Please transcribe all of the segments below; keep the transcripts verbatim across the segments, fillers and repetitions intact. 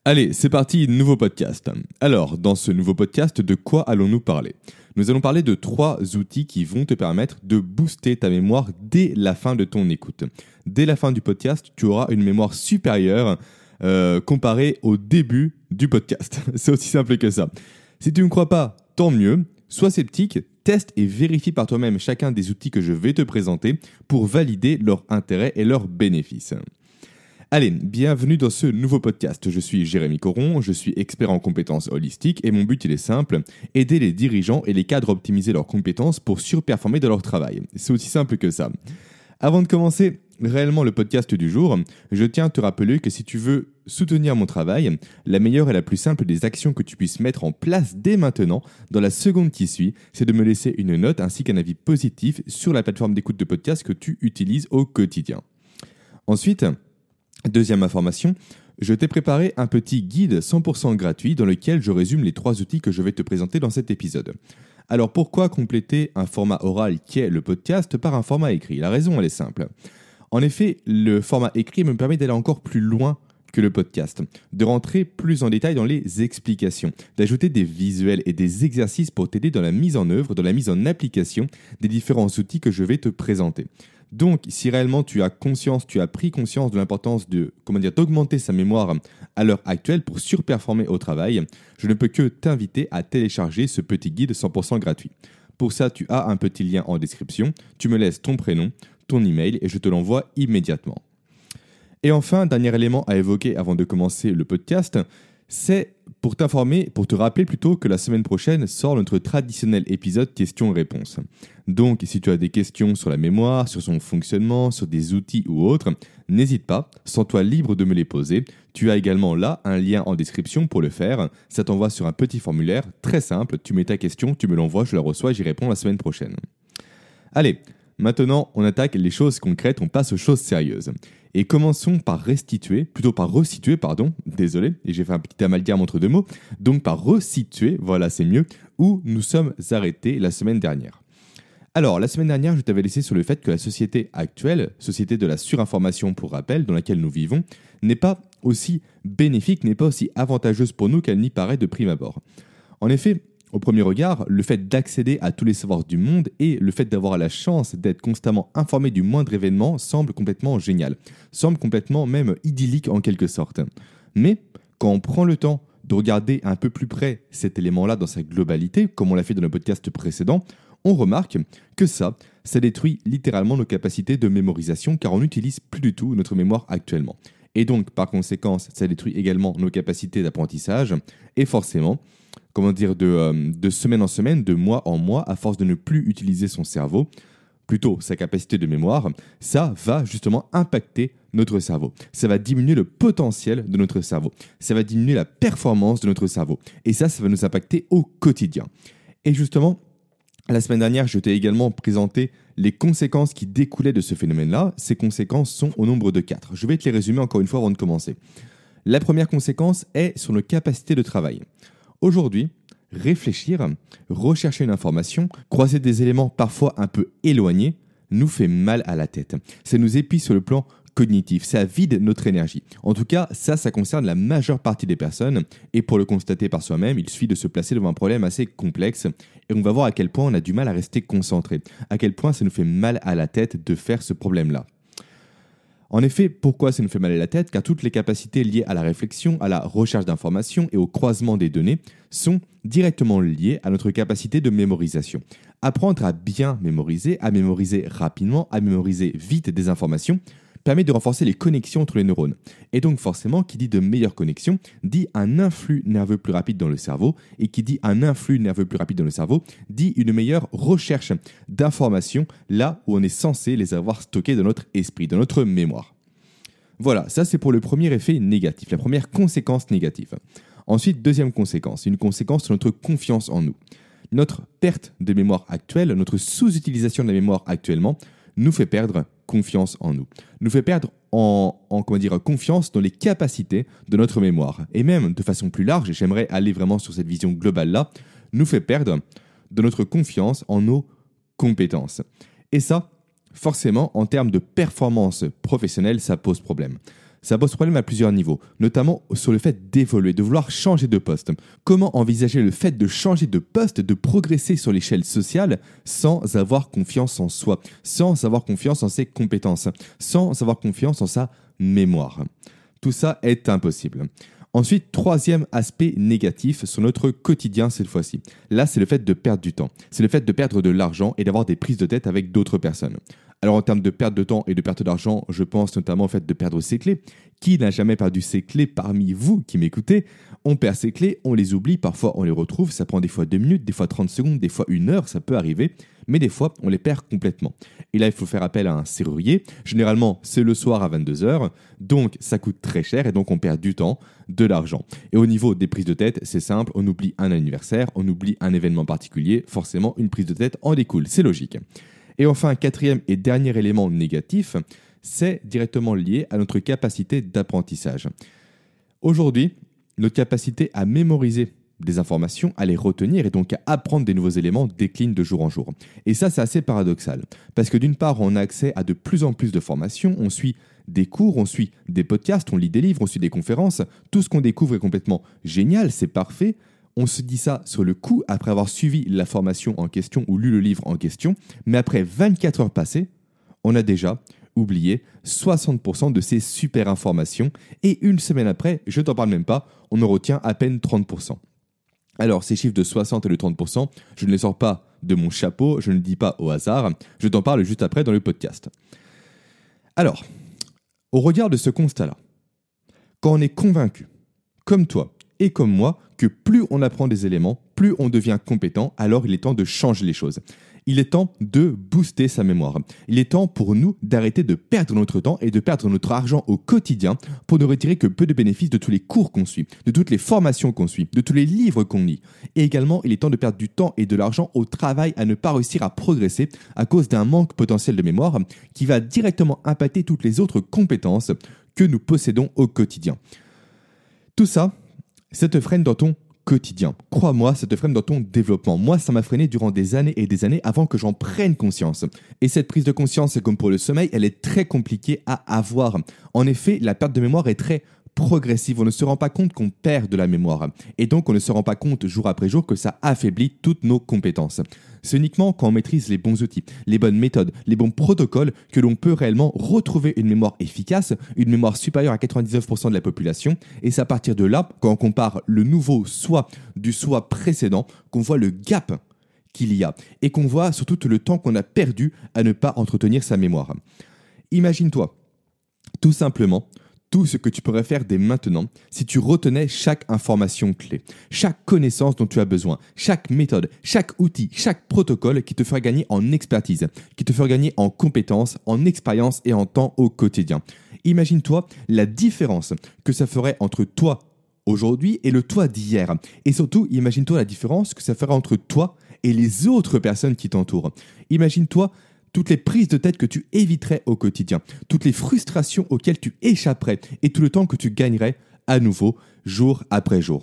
Allez, c'est parti, nouveau podcast. Alors, dans ce nouveau podcast, de quoi allons-nous parler ? Nous allons parler de trois outils qui vont te permettre de booster ta mémoire dès la fin de ton écoute. Dès la fin du podcast, tu auras une mémoire supérieure euh, comparée au début du podcast. C'est aussi simple que ça. Si tu ne me crois pas, tant mieux. Sois sceptique, teste et vérifie par toi-même chacun des outils que je vais te présenter pour valider leur intérêt et leurs bénéfices. Allez, bienvenue dans ce nouveau podcast. Je suis Jérémy Coron, je suis expert en compétences holistiques et mon but il est simple, aider les dirigeants et les cadres à optimiser leurs compétences pour surperformer dans leur travail. C'est aussi simple que ça. Avant de commencer réellement le podcast du jour, je tiens à te rappeler que si tu veux soutenir mon travail, la meilleure et la plus simple des actions que tu puisses mettre en place dès maintenant, dans la seconde qui suit, c'est de me laisser une note ainsi qu'un avis positif sur la plateforme d'écoute de podcast que tu utilises au quotidien. Ensuite, deuxième information, je t'ai préparé un petit guide cent pour cent gratuit dans lequel je résume les trois outils que je vais te présenter dans cet épisode. Alors pourquoi compléter un format oral qui est le podcast par un format écrit ? La raison elle est simple. En effet, le format écrit me permet d'aller encore plus loin que le podcast, de rentrer plus en détail dans les explications, d'ajouter des visuels et des exercices pour t'aider dans la mise en œuvre, dans la mise en application des différents outils que je vais te présenter. Donc, si réellement tu as conscience, tu as pris conscience de l'importance de, comment dire, d'augmenter sa mémoire à l'heure actuelle pour surperformer au travail, je ne peux que t'inviter à télécharger ce petit guide cent pour cent gratuit. Pour ça, tu as un petit lien en description, tu me laisses ton prénom, ton email et je te l'envoie immédiatement. Et enfin, dernier élément à évoquer avant de commencer le podcast, c'est pour t'informer, pour te rappeler plutôt que la semaine prochaine sort notre traditionnel épisode questions-réponses. Donc, si tu as des questions sur la mémoire, sur son fonctionnement, sur des outils ou autres, n'hésite pas, sens-toi libre de me les poser. Tu as également là un lien en description pour le faire. Ça t'envoie sur un petit formulaire très simple. Tu mets ta question, tu me l'envoies, je la reçois et j'y réponds la semaine prochaine. Allez, maintenant on attaque les choses concrètes, on passe aux choses sérieuses. Et commençons par restituer, plutôt par resituer, pardon, désolé, et j'ai fait un petit amalgame entre deux mots, donc par resituer, voilà c'est mieux, où nous sommes arrêtés la semaine dernière. Alors, la semaine dernière, je t'avais laissé sur le fait que la société actuelle, société de la surinformation pour rappel, dans laquelle nous vivons, n'est pas aussi bénéfique, n'est pas aussi avantageuse pour nous qu'elle n'y paraît de prime abord. En effet, au premier regard, le fait d'accéder à tous les savoirs du monde et le fait d'avoir la chance d'être constamment informé du moindre événement semble complètement génial, semble complètement même idyllique en quelque sorte. Mais quand on prend le temps de regarder un peu plus près cet élément-là dans sa globalité, comme on l'a fait dans le podcast précédent, on remarque que ça, ça détruit littéralement nos capacités de mémorisation car on n'utilise plus du tout notre mémoire actuellement. Et donc, par conséquent, ça détruit également nos capacités d'apprentissage et forcément, comment dire, de, euh, de semaine en semaine, de mois en mois, à force de ne plus utiliser son cerveau, plutôt sa capacité de mémoire, ça va justement impacter notre cerveau. Ça va diminuer le potentiel de notre cerveau. Ça va diminuer la performance de notre cerveau. Et ça, ça va nous impacter au quotidien. Et justement, la semaine dernière, je t'ai également présenté les conséquences qui découlaient de ce phénomène-là. Ces conséquences sont au nombre de quatre. Je vais te les résumer encore une fois avant de commencer. La première conséquence est sur nos capacités de travail. Aujourd'hui, réfléchir, rechercher une information, croiser des éléments parfois un peu éloignés, nous fait mal à la tête. Ça nous épuise sur le plan cognitif, ça vide notre énergie. En tout cas, ça, ça concerne la majeure partie des personnes. Et pour le constater par soi-même, il suffit de se placer devant un problème assez complexe. Et on va voir à quel point on a du mal à rester concentré, à quel point ça nous fait mal à la tête de faire ce problème-là. En effet, pourquoi ça nous fait mal à la tête ? Car toutes les capacités liées à la réflexion, à la recherche d'informations et au croisement des données sont directement liées à notre capacité de mémorisation. Apprendre à bien mémoriser, à mémoriser rapidement, à mémoriser vite des informations, permet de renforcer les connexions entre les neurones. Et donc forcément, qui dit de meilleures connexions, dit un influx nerveux plus rapide dans le cerveau, et qui dit un influx nerveux plus rapide dans le cerveau, dit une meilleure recherche d'informations là où on est censé les avoir stockées dans notre esprit, dans notre mémoire. Voilà, ça c'est pour le premier effet négatif, la première conséquence négative. Ensuite, deuxième conséquence, une conséquence sur notre confiance en nous. Notre perte de mémoire actuelle, notre sous-utilisation de la mémoire actuellement, nous fait perdre confiance en nous, nous fait perdre en, en comment dire, confiance dans les capacités de notre mémoire. Et même de façon plus large, et j'aimerais aller vraiment sur cette vision globale-là, nous fait perdre de notre confiance en nos compétences. Et ça, forcément, en termes de performance professionnelle, ça pose problème. Ça pose problème à plusieurs niveaux, notamment sur le fait d'évoluer, de vouloir changer de poste. Comment envisager le fait de changer de poste, de progresser sur l'échelle sociale sans avoir confiance en soi, sans avoir confiance en ses compétences, sans avoir confiance en sa mémoire. Tout ça est impossible. Ensuite, troisième aspect négatif sur notre quotidien cette fois-ci. Là, c'est le fait de perdre du temps. C'est le fait de perdre de l'argent et d'avoir des prises de tête avec d'autres personnes. Alors en termes de perte de temps et de perte d'argent, je pense notamment au fait de perdre ses clés. Qui n'a jamais perdu ses clés parmi vous qui m'écoutez ? On perd ses clés, on les oublie, parfois on les retrouve, ça prend des fois deux minutes, des fois trente secondes, des fois une heure, ça peut arriver, mais des fois on les perd complètement. Et là il faut faire appel à un serrurier, généralement c'est le soir à vingt-deux heures, donc ça coûte très cher et donc on perd du temps, de l'argent. Et au niveau des prises de tête, c'est simple, on oublie un anniversaire, on oublie un événement particulier, forcément une prise de tête en découle, c'est logique. Et enfin, quatrième et dernier élément négatif, c'est directement lié à notre capacité d'apprentissage. Aujourd'hui, notre capacité à mémoriser des informations, à les retenir et donc à apprendre des nouveaux éléments décline de jour en jour. Et ça, c'est assez paradoxal. Parce que d'une part, on a accès à de plus en plus de formations, on suit des cours, on suit des podcasts, on lit des livres, on suit des conférences. Tout ce qu'on découvre est complètement génial, c'est parfait. On se dit ça sur le coup après avoir suivi la formation en question ou lu le livre en question. Mais après vingt-quatre heures passées, on a déjà oublié soixante pour cent de ces super informations. Et une semaine après, je ne t'en parle même pas, on en retient à peine trente pour cent. Alors, ces chiffres de soixante et de trente pour cent, je ne les sors pas de mon chapeau, je ne le dis pas au hasard, je t'en parle juste après dans le podcast. Alors, au regard de ce constat-là, quand on est convaincu, comme toi et comme moi, que plus on apprend des éléments, plus on devient compétent, alors il est temps de changer les choses. Il est temps de booster sa mémoire. Il est temps pour nous d'arrêter de perdre notre temps et de perdre notre argent au quotidien pour ne retirer que peu de bénéfices de tous les cours qu'on suit, de toutes les formations qu'on suit, de tous les livres qu'on lit. Et également, il est temps de perdre du temps et de l'argent au travail à ne pas réussir à progresser à cause d'un manque potentiel de mémoire qui va directement impacter toutes les autres compétences que nous possédons au quotidien. Tout ça, ça te freine dans ton quotidien. Crois-moi, ça te freine dans ton développement. Moi, ça m'a freiné durant des années et des années avant que j'en prenne conscience. Et cette prise de conscience, comme pour le sommeil, elle est très compliquée à avoir. En effet, la perte de mémoire est très progressive. On ne se rend pas compte qu'on perd de la mémoire. Et donc, on ne se rend pas compte jour après jour que ça affaiblit toutes nos compétences. C'est uniquement quand on maîtrise les bons outils, les bonnes méthodes, les bons protocoles que l'on peut réellement retrouver une mémoire efficace, une mémoire supérieure à quatre-vingt-dix-neuf pour cent de la population. Et c'est à partir de là, quand on compare le nouveau soi du soi précédent, qu'on voit le gap qu'il y a et qu'on voit surtout tout le temps qu'on a perdu à ne pas entretenir sa mémoire. Imagine-toi, tout simplement, tout ce que tu pourrais faire dès maintenant si tu retenais chaque information clé, chaque connaissance dont tu as besoin, chaque méthode, chaque outil, chaque protocole qui te fera gagner en expertise, qui te fera gagner en compétences, en expérience et en temps au quotidien. Imagine-toi la différence que ça ferait entre toi aujourd'hui et le toi d'hier. Et surtout, imagine-toi la différence que ça ferait entre toi et les autres personnes qui t'entourent. Imagine-toi toutes les prises de tête que tu éviterais au quotidien, toutes les frustrations auxquelles tu échapperais et tout le temps que tu gagnerais à nouveau, jour après jour.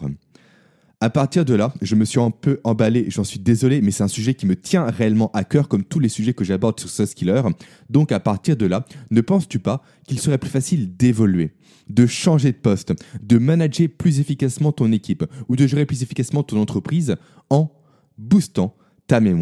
À partir de là, je me suis un peu emballé, j'en suis désolé, mais c'est un sujet qui me tient réellement à cœur comme tous les sujets que j'aborde sur SoSkiller. Donc à partir de là, ne penses-tu pas qu'il serait plus facile d'évoluer, de changer de poste, de manager plus efficacement ton équipe ou de gérer plus efficacement ton entreprise en boostant ta mémoire ?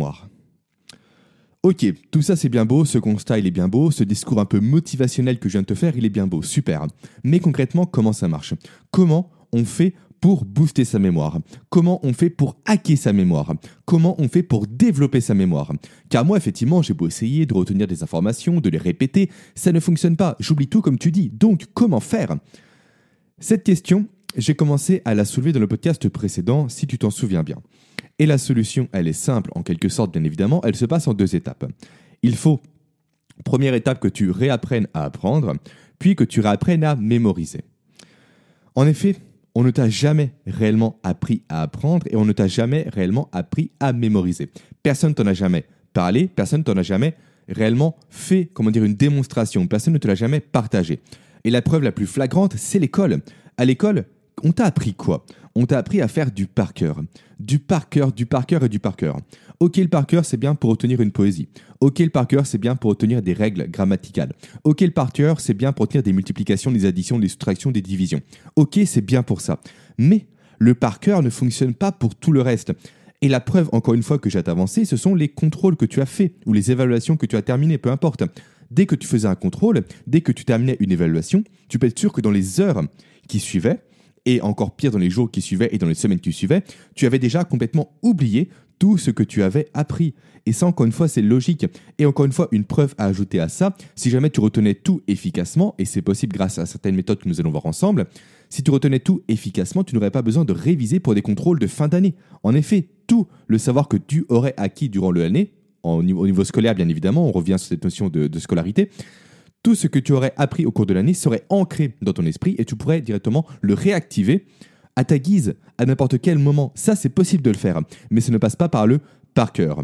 Ok, tout ça c'est bien beau, ce constat il est bien beau, ce discours un peu motivationnel que je viens de te faire il est bien beau, super. Mais concrètement, comment ça marche ? Comment on fait pour booster sa mémoire ? Comment on fait pour hacker sa mémoire ? Comment on fait pour développer sa mémoire ? Car moi effectivement j'ai beau essayer de retenir des informations, de les répéter, ça ne fonctionne pas, j'oublie tout comme tu dis, donc comment faire ? Cette question, j'ai commencé à la soulever dans le podcast précédent si tu t'en souviens bien. Et la solution, elle est simple, en quelque sorte, bien évidemment, elle se passe en deux étapes. Il faut, première étape, que tu réapprennes à apprendre, puis que tu réapprennes à mémoriser. En effet, on ne t'a jamais réellement appris à apprendre et on ne t'a jamais réellement appris à mémoriser. Personne ne t'en a jamais parlé, personne ne t'en a jamais réellement fait, comment dire, une démonstration, personne ne te l'a jamais partagé. Et la preuve la plus flagrante, c'est l'école. À l'école, on t'a appris quoi ? On t'a appris à faire du par cœur. Du par cœur, du par cœur et du par cœur. Ok, le par cœur, c'est bien pour retenir une poésie. Ok, le par cœur, c'est bien pour retenir des règles grammaticales. Ok, le par cœur, c'est bien pour retenir des multiplications, des additions, des soustractions, des divisions. Ok, c'est bien pour ça. Mais le par cœur ne fonctionne pas pour tout le reste. Et la preuve, encore une fois, que j'ai avancé, ce sont les contrôles que tu as faits ou les évaluations que tu as terminées, peu importe. Dès que tu faisais un contrôle, dès que tu terminais une évaluation, tu peux être sûr que dans les heures qui suivaient, et encore pire dans les jours qui suivaient et dans les semaines qui suivaient, tu avais déjà complètement oublié tout ce que tu avais appris. Et ça, encore une fois, c'est logique. Et encore une fois, une preuve à ajouter à ça, si jamais tu retenais tout efficacement, et c'est possible grâce à certaines méthodes que nous allons voir ensemble, si tu retenais tout efficacement, tu n'aurais pas besoin de réviser pour des contrôles de fin d'année. En effet, tout le savoir que tu aurais acquis durant l'année, au niveau, au niveau scolaire bien évidemment, on revient sur cette notion de, de scolarité, tout ce que tu aurais appris au cours de l'année serait ancré dans ton esprit et tu pourrais directement le réactiver à ta guise, à n'importe quel moment. Ça, c'est possible de le faire, mais ça ne passe pas par le par cœur.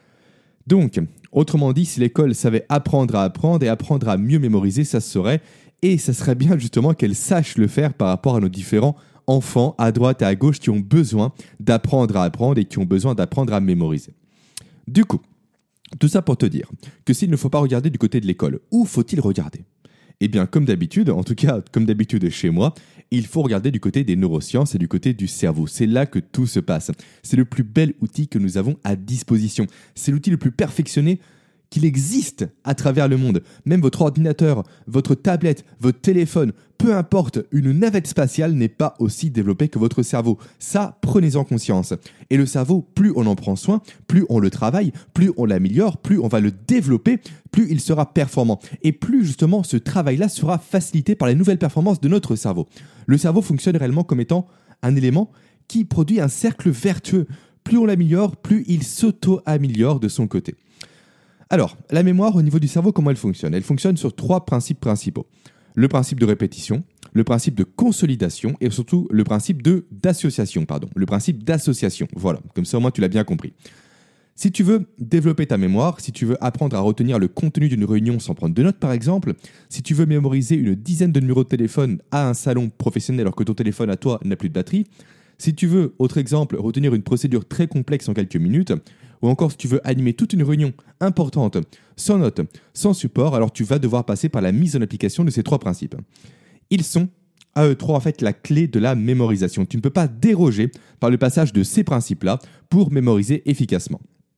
Donc, autrement dit, si l'école savait apprendre à apprendre et apprendre à mieux mémoriser, ça se saurait. Et ça serait bien justement qu'elle sache le faire par rapport à nos différents enfants à droite et à gauche qui ont besoin d'apprendre à apprendre et qui ont besoin d'apprendre à mémoriser. Du coup, tout ça pour te dire que s'il ne faut pas regarder du côté de l'école, où faut-il regarder ? Eh bien, comme d'habitude, en tout cas comme d'habitude chez moi, il faut regarder du côté des neurosciences et du côté du cerveau. C'est là que tout se passe. C'est le plus bel outil que nous avons à disposition. C'est l'outil le plus perfectionné qu'il existe à travers le monde. Même votre ordinateur, votre tablette, votre téléphone, peu importe, une navette spatiale n'est pas aussi développée que votre cerveau. Ça, prenez-en conscience. Et le cerveau, plus on en prend soin, plus on le travaille, plus on l'améliore, plus on va le développer, plus il sera performant. Et plus justement ce travail-là sera facilité par les nouvelles performances de notre cerveau. Le cerveau fonctionne réellement comme étant un élément qui produit un cercle vertueux. Plus on l'améliore, plus il s'auto-améliore de son côté. Alors, la mémoire au niveau du cerveau, comment elle fonctionne ? Elle fonctionne sur trois principes principaux. Le principe de répétition, le principe de consolidation et surtout le principe de, d'association. Pardon, le principe d'association. Voilà, comme ça au moins tu l'as bien compris. Si tu veux développer ta mémoire, si tu veux apprendre à retenir le contenu d'une réunion sans prendre de notes par exemple, si tu veux mémoriser une dizaine de numéros de téléphone à un salon professionnel alors que ton téléphone à toi n'a plus de batterie, si tu veux, autre exemple, retenir une procédure très complexe en quelques minutes, ou encore si tu veux animer toute une réunion importante, sans notes, sans support, alors tu vas devoir passer par la mise en application de ces trois principes. Ils sont, à eux trois, en fait, la clé de la mémorisation. Tu ne peux pas déroger par le passage de ces principes-là pour mémoriser efficacement.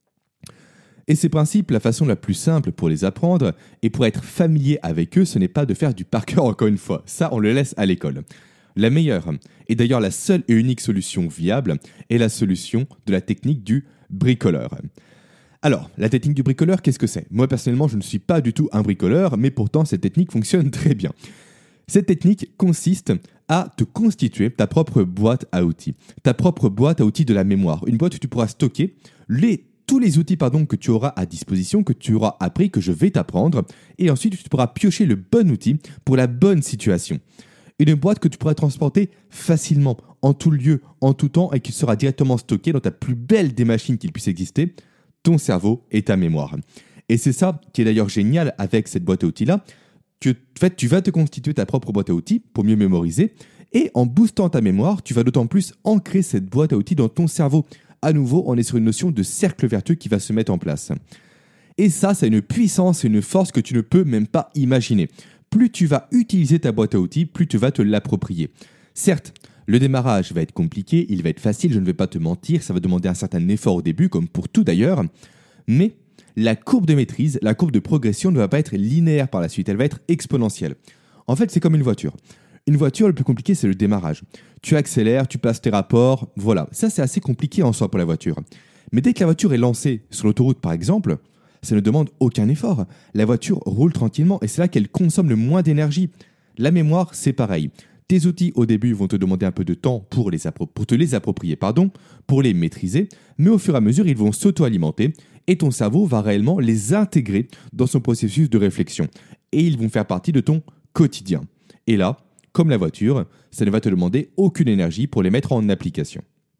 Et ces principes, la façon la plus simple pour les apprendre et pour être familier avec eux, ce n'est pas de faire du par cœur encore une fois. Ça, on le laisse à l'école. La meilleure, et d'ailleurs la seule et unique solution viable, est la solution de la technique du bricoleur. Alors, la technique du bricoleur, qu'est-ce que c'est ? Moi, personnellement, je ne suis pas du tout un bricoleur, mais pourtant, cette technique fonctionne très bien. Cette technique consiste à te constituer ta propre boîte à outils, ta propre boîte à outils de la mémoire, une boîte où tu pourras stocker les, tous les outils pardon, que tu auras à disposition, que tu auras appris, que je vais t'apprendre, et ensuite, tu pourras piocher le bon outil pour la bonne situation. Une boîte que tu pourras transporter facilement, en tout lieu, en tout temps, et qui sera directement stockée dans ta plus belle des machines qu'il puisse exister, ton cerveau et ta mémoire. Et c'est ça qui est d'ailleurs génial avec cette boîte à outils-là. Tu, en fait, tu vas te constituer ta propre boîte à outils pour mieux mémoriser, et en boostant ta mémoire, tu vas d'autant plus ancrer cette boîte à outils dans ton cerveau. À nouveau, on est sur une notion de cercle vertueux qui va se mettre en place. Et ça, c'est une puissance et une force que tu ne peux même pas imaginer. Plus tu vas utiliser ta boîte à outils, plus tu vas te l'approprier. Certes, le démarrage va être compliqué, il va être facile, je ne vais pas te mentir, ça va demander un certain effort au début, comme pour tout d'ailleurs, mais la courbe de maîtrise, la courbe de progression ne va pas être linéaire par la suite, elle va être exponentielle. En fait, c'est comme une voiture. Une voiture, le plus compliqué, c'est le démarrage. Tu accélères, tu passes tes rapports, voilà. Ça, c'est assez compliqué en soi pour la voiture. Mais dès que la voiture est lancée sur l'autoroute, par exemple, ça ne demande aucun effort. La voiture roule tranquillement et c'est là qu'elle consomme le moins d'énergie. La mémoire, c'est pareil. Tes outils, au début, vont te demander un peu de temps pour, les appro- pour te les approprier, pardon, pour les maîtriser, mais au fur et à mesure, ils vont s'auto-alimenter et ton cerveau va réellement les intégrer dans son processus de réflexion. Et ils vont faire partie de ton quotidien. Et là, comme la voiture, ça ne va te demander aucune énergie pour les mettre en application.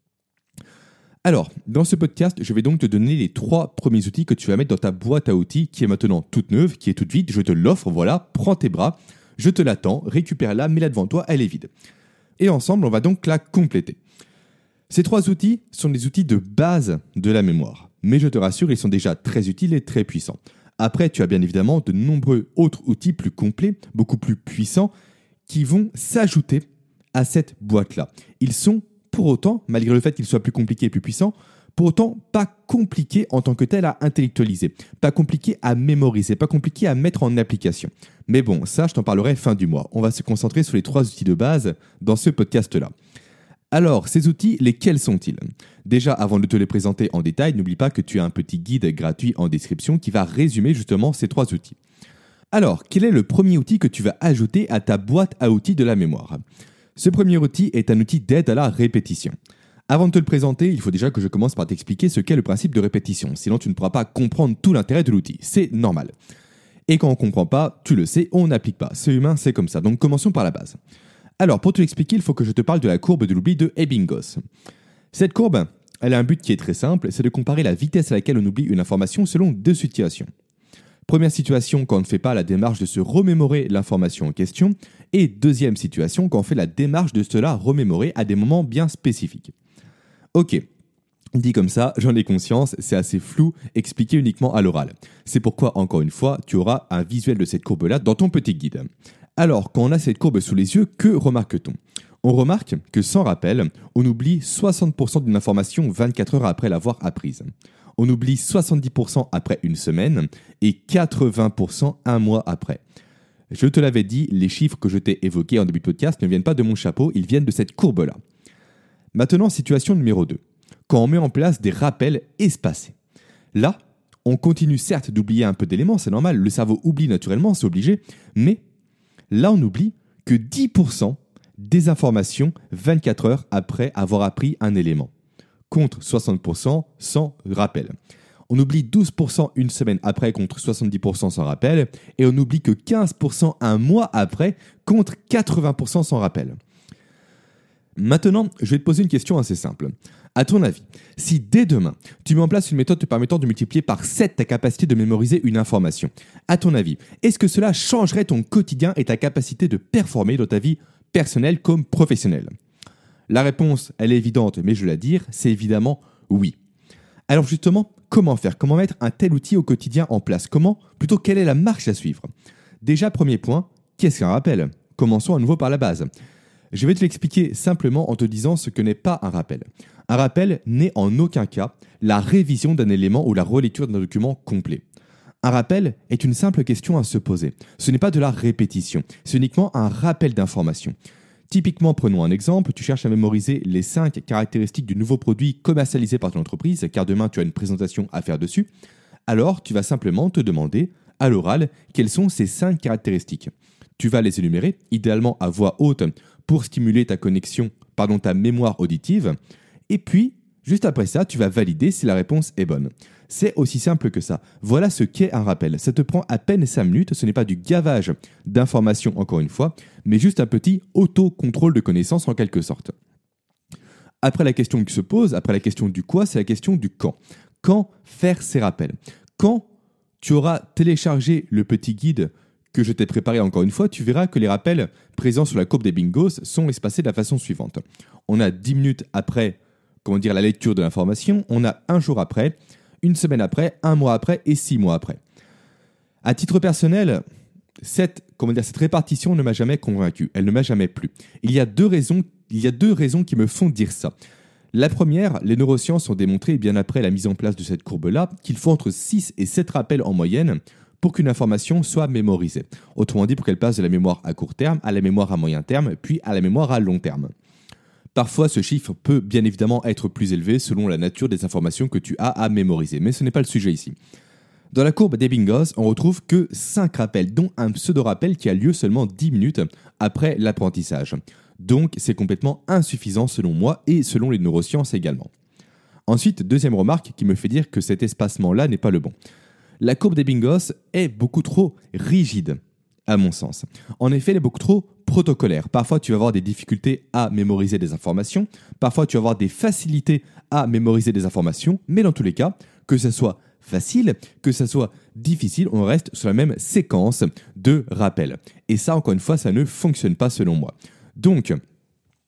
Alors, dans ce podcast, je vais donc te donner les trois premiers outils que tu vas mettre dans ta boîte à outils qui est maintenant toute neuve, qui est toute vide. Je te l'offre, voilà, prends tes bras, je te l'attends, récupère-la, mets-la devant toi, elle est vide. Et ensemble, on va donc la compléter. Ces trois outils sont des outils de base de la mémoire. Mais je te rassure, ils sont déjà très utiles et très puissants. Après, tu as bien évidemment de nombreux autres outils plus complets, beaucoup plus puissants, qui vont s'ajouter à cette boîte-là. Ils sont pour autant, malgré le fait qu'ils soient plus compliqués et plus puissants, pour autant pas compliqués en tant que tels à intellectualiser, pas compliqués à mémoriser, pas compliqués à mettre en application. Mais bon, ça, je t'en parlerai fin du mois. On va se concentrer sur les trois outils de base dans ce podcast-là. Alors, ces outils, lesquels sont-ils ? Déjà, avant de te les présenter en détail, n'oublie pas que tu as un petit guide gratuit en description qui va résumer justement ces trois outils. Alors, quel est le premier outil que tu vas ajouter à ta boîte à outils de la mémoire ? Ce premier outil est un outil d'aide à la répétition. Avant de te le présenter, il faut déjà que je commence par t'expliquer ce qu'est le principe de répétition, sinon tu ne pourras pas comprendre tout l'intérêt de l'outil. C'est normal. Et quand on ne comprend pas, tu le sais, on n'applique pas. C'est humain, c'est comme ça. Donc commençons par la base. Alors, pour te l'expliquer, il faut que je te parle de la courbe de l'oubli de Ebbinghaus. Cette courbe, elle a un but qui est très simple, c'est de comparer la vitesse à laquelle on oublie une information selon deux situations. Première situation, quand on ne fait pas la démarche de se remémorer l'information en question, et deuxième situation, quand on fait la démarche de se la remémorer à des moments bien spécifiques. Ok, dit comme ça, j'en ai conscience, c'est assez flou, expliqué uniquement à l'oral. C'est pourquoi, encore une fois, tu auras un visuel de cette courbe-là dans ton petit guide. Alors, quand on a cette courbe sous les yeux, que remarque-t-on ? On remarque que sans rappel, on oublie soixante pour cent d'une information vingt-quatre heures après l'avoir apprise. On oublie soixante-dix pour cent après une semaine et quatre-vingts pour cent un mois après. Je te l'avais dit, les chiffres que je t'ai évoqués en début de podcast ne viennent pas de mon chapeau, ils viennent de cette courbe-là. Maintenant, situation numéro deux. Quand on met en place des rappels espacés. Là, on continue certes d'oublier un peu d'éléments, c'est normal, le cerveau oublie naturellement, c'est obligé, mais là, on oublie que dix pour cent des informations vingt-quatre heures après avoir appris un élément, contre soixante pour cent sans rappel. On oublie douze pour cent une semaine après contre soixante-dix pour cent sans rappel, et on oublie que quinze pour cent un mois après contre quatre-vingts pour cent sans rappel. Maintenant, je vais te poser une question assez simple. À ton avis, si dès demain, tu mets en place une méthode te permettant de multiplier par sept ta capacité de mémoriser une information, à ton avis, est-ce que cela changerait ton quotidien et ta capacité de performer dans ta vie personnelle comme professionnelle ? La réponse, elle est évidente, mais je vais la dire, c'est évidemment oui. Alors justement, comment faire ? Comment mettre un tel outil au quotidien en place ? Comment ? Plutôt, quelle est la marche à suivre ? Déjà, premier point, qu'est-ce qu'un rappel ? Commençons à nouveau par la base. Je vais te l'expliquer simplement en te disant ce que n'est pas un rappel. Un rappel n'est en aucun cas la révision d'un élément ou la relecture d'un document complet. Un rappel est une simple question à se poser. Ce n'est pas de la répétition, c'est uniquement un rappel d'information. Typiquement, prenons un exemple, tu cherches à mémoriser les cinq caractéristiques du nouveau produit commercialisé par ton entreprise, car demain tu as une présentation à faire dessus. Alors, tu vas simplement te demander, à l'oral, quelles sont ces cinq caractéristiques. Tu vas les énumérer, idéalement à voix haute, pour stimuler ta connexion, pardon, ta mémoire auditive. Et puis, juste après ça, tu vas valider si la réponse est bonne. C'est aussi simple que ça. Voilà ce qu'est un rappel. Ça te prend à peine cinq minutes, ce n'est pas du gavage d'informations encore une fois, mais juste un petit auto-contrôle de connaissances en quelque sorte. Après la question qui se pose, après la question du quoi, c'est la question du quand. Quand faire ces rappels ? Quand tu auras téléchargé le petit guide que je t'ai préparé encore une fois, tu verras que les rappels présents sur la courbe d'Ebbinghaus sont espacés de la façon suivante. On a dix minutes après, comment dire, la lecture de l'information, on a un jour après, une semaine après, un mois après et six mois après. À titre personnel, cette, comment dire, cette répartition ne m'a jamais convaincu, elle ne m'a jamais plu. Il y a deux raisons, il y a deux raisons qui me font dire ça. La première, les neurosciences ont démontré, bien après la mise en place de cette courbe-là, qu'il faut entre six et sept rappels en moyenne pour qu'une information soit mémorisée. Autrement dit, pour qu'elle passe de la mémoire à court terme à la mémoire à moyen terme, puis à la mémoire à long terme. Parfois, ce chiffre peut bien évidemment être plus élevé selon la nature des informations que tu as à mémoriser, mais ce n'est pas le sujet ici. Dans la courbe d'Ebbinghaus, on retrouve que cinq rappels, dont un pseudo-rappel qui a lieu seulement dix minutes après l'apprentissage. Donc, c'est complètement insuffisant selon moi et selon les neurosciences également. Ensuite, deuxième remarque qui me fait dire que cet espacement-là n'est pas le bon. La courbe d'Ebbinghaus est beaucoup trop rigide, à mon sens. En effet, elle est beaucoup trop protocolaire. Parfois, tu vas avoir des difficultés à mémoriser des informations. Parfois, tu vas avoir des facilités à mémoriser des informations. Mais dans tous les cas, que ce soit facile, que ce soit difficile, on reste sur la même séquence de rappel. Et ça, encore une fois, ça ne fonctionne pas selon moi. Donc,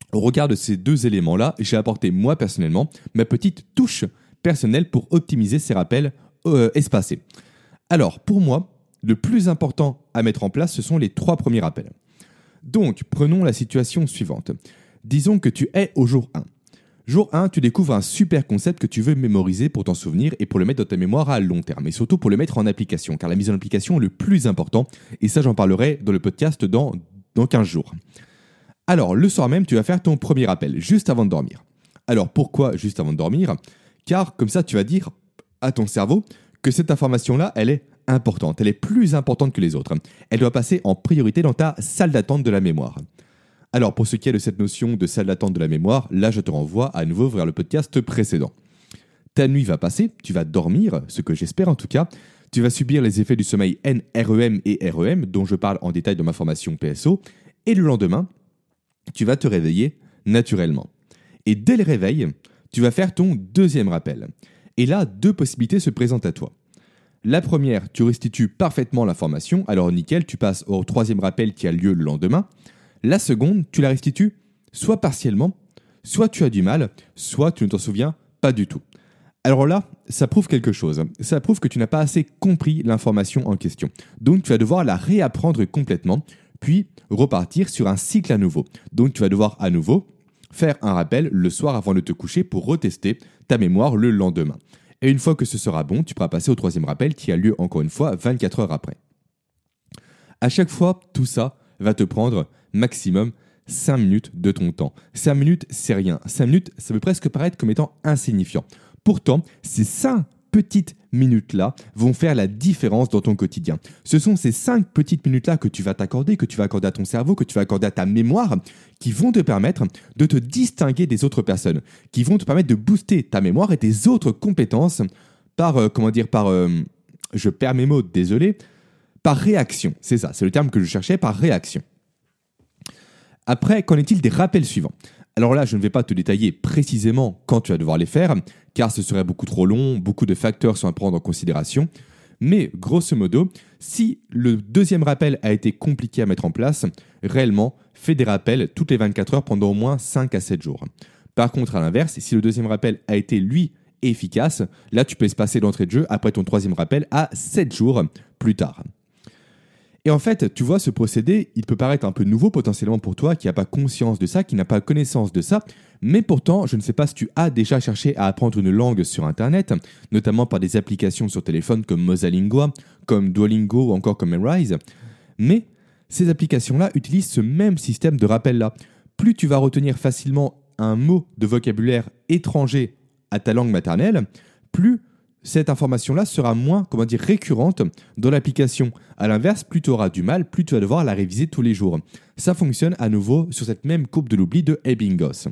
Au regard de ces deux éléments-là, j'ai apporté moi personnellement ma petite touche personnelle pour optimiser ces rappels euh, espacés. Alors, pour moi, le plus important à mettre en place, ce sont les trois premiers rappels. Donc, prenons la situation suivante. Disons que tu es au jour un. Jour un, tu découvres un super concept que tu veux mémoriser pour t'en souvenir et pour le mettre dans ta mémoire à long terme, et surtout pour le mettre en application, car la mise en application est le plus important, et ça j'en parlerai dans le podcast dans, dans quinze jours. Alors, le soir même, tu vas faire ton premier rappel, juste avant de dormir. Alors, pourquoi juste avant de dormir ? Car comme ça, tu vas dire à ton cerveau que cette information-là, elle est importante, elle est plus importante que les autres. Elle doit passer en priorité dans ta salle d'attente de la mémoire. Alors, pour ce qui est de cette notion de salle d'attente de la mémoire, là, je te renvoie à nouveau vers le podcast précédent. Ta nuit va passer, tu vas dormir, ce que j'espère en tout cas. Tu vas subir les effets du sommeil N R E M et R E M, dont je parle en détail dans ma formation P S O. Et le lendemain, tu vas te réveiller naturellement. Et dès le réveil, tu vas faire ton deuxième rappel. Et là, deux possibilités se présentent à toi. La première, tu restitues parfaitement l'information, alors nickel, tu passes au troisième rappel qui a lieu le lendemain. La seconde, tu la restitues soit partiellement, soit tu as du mal, soit tu ne t'en souviens pas du tout. Alors là, ça prouve quelque chose. Ça prouve que tu n'as pas assez compris l'information en question. Donc tu vas devoir la réapprendre complètement, puis repartir sur un cycle à nouveau. Donc tu vas devoir à nouveau faire un rappel le soir avant de te coucher pour retester ta mémoire le lendemain. Et une fois que ce sera bon, tu pourras passer au troisième rappel qui a lieu encore une fois vingt-quatre heures après. À chaque fois, tout ça va te prendre maximum cinq minutes de ton temps. cinq minutes, c'est rien. cinq minutes, ça peut presque paraître comme étant insignifiant. Pourtant, ces cinq petites minutes-là vont faire la différence dans ton quotidien. Ce sont ces cinq petites minutes-là que tu vas t'accorder, que tu vas accorder à ton cerveau, que tu vas accorder à ta mémoire, qui vont te permettre de te distinguer des autres personnes, qui vont te permettre de booster ta mémoire et tes autres compétences par, euh, comment dire, par, euh, je perds mes mots, désolé, par réaction. C'est ça, c'est le terme que je cherchais, par réaction. Après, qu'en est-il des rappels suivants ? Alors là, je ne vais pas te détailler précisément quand tu vas devoir les faire, car ce serait beaucoup trop long, beaucoup de facteurs sont à prendre en considération. Mais grosso modo, si le deuxième rappel a été compliqué à mettre en place, réellement, fais des rappels toutes les vingt-quatre heures pendant au moins cinq à sept jours. Par contre, à l'inverse, si le deuxième rappel a été, lui, efficace, là, tu peux espacer l'entrée de jeu après ton troisième rappel à sept jours plus tard. Et en fait, tu vois, ce procédé, il peut paraître un peu nouveau potentiellement pour toi qui n'a pas conscience de ça, qui n'a pas connaissance de ça, mais pourtant, je ne sais pas si tu as déjà cherché à apprendre une langue sur Internet, notamment par des applications sur téléphone comme Mosalingua, comme Duolingo ou encore comme Memrise, mais ces applications-là utilisent ce même système de rappel-là. Plus tu vas retenir facilement un mot de vocabulaire étranger à ta langue maternelle, plus cette information-là sera moins, comment dire, récurrente dans l'application. À l'inverse, plus tu auras du mal, plus tu vas devoir la réviser tous les jours. Ça fonctionne à nouveau sur cette même courbe de l'oubli de Ebbinghaus.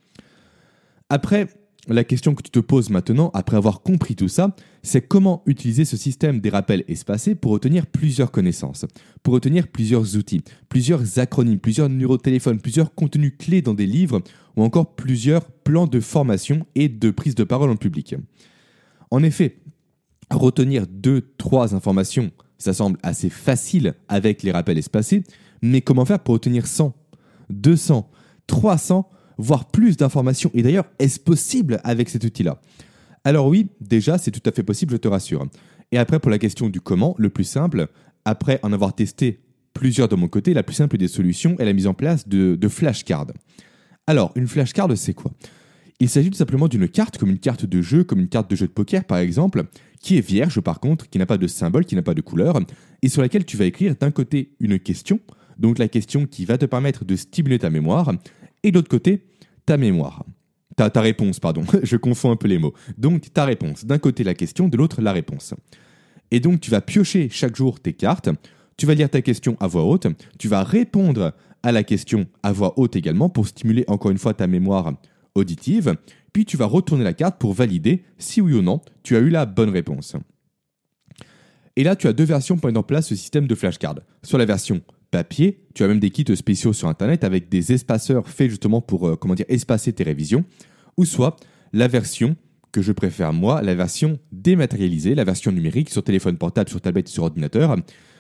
Après, la question que tu te poses maintenant, après avoir compris tout ça, c'est comment utiliser ce système des rappels espacés pour retenir plusieurs connaissances, pour retenir plusieurs outils, plusieurs acronymes, plusieurs numéros de téléphone, plusieurs contenus clés dans des livres ou encore plusieurs plans de formation et de prise de parole en public. En effet, retenir deux, trois informations, ça semble assez facile avec les rappels espacés, mais comment faire pour retenir cent, deux cents, trois cents, voire plus d'informations ? Et d'ailleurs, est-ce possible avec cet outil-là ? Alors oui, déjà, c'est tout à fait possible, je te rassure. Et après, pour la question du comment, le plus simple, après en avoir testé plusieurs de mon côté, la plus simple des solutions est la mise en place de, de flashcards. Alors, une flashcard, c'est quoi ? Il s'agit tout simplement d'une carte, comme une carte de jeu, comme une carte de jeu de poker par exemple, qui est vierge par contre, qui n'a pas de symbole, qui n'a pas de couleur, et sur laquelle tu vas écrire d'un côté une question, donc la question qui va te permettre de stimuler ta mémoire, et de l'autre côté, ta mémoire. Ta, ta réponse, pardon, je confonds un peu les mots. Donc ta réponse, d'un côté la question, de l'autre la réponse. Et donc tu vas piocher chaque jour tes cartes, tu vas lire ta question à voix haute, tu vas répondre à la question à voix haute également pour stimuler encore une fois ta mémoire auditive, puis tu vas retourner la carte pour valider si oui ou non tu as eu la bonne réponse. Et là, tu as deux versions pour mettre en place ce système de flashcard. Sur la version papier, tu as même des kits spéciaux sur Internet avec des espaceurs faits justement pour euh, comment dire, espacer tes révisions, ou soit la version que je préfère moi, la version dématérialisée, la version numérique sur téléphone portable, sur tablette et sur ordinateur,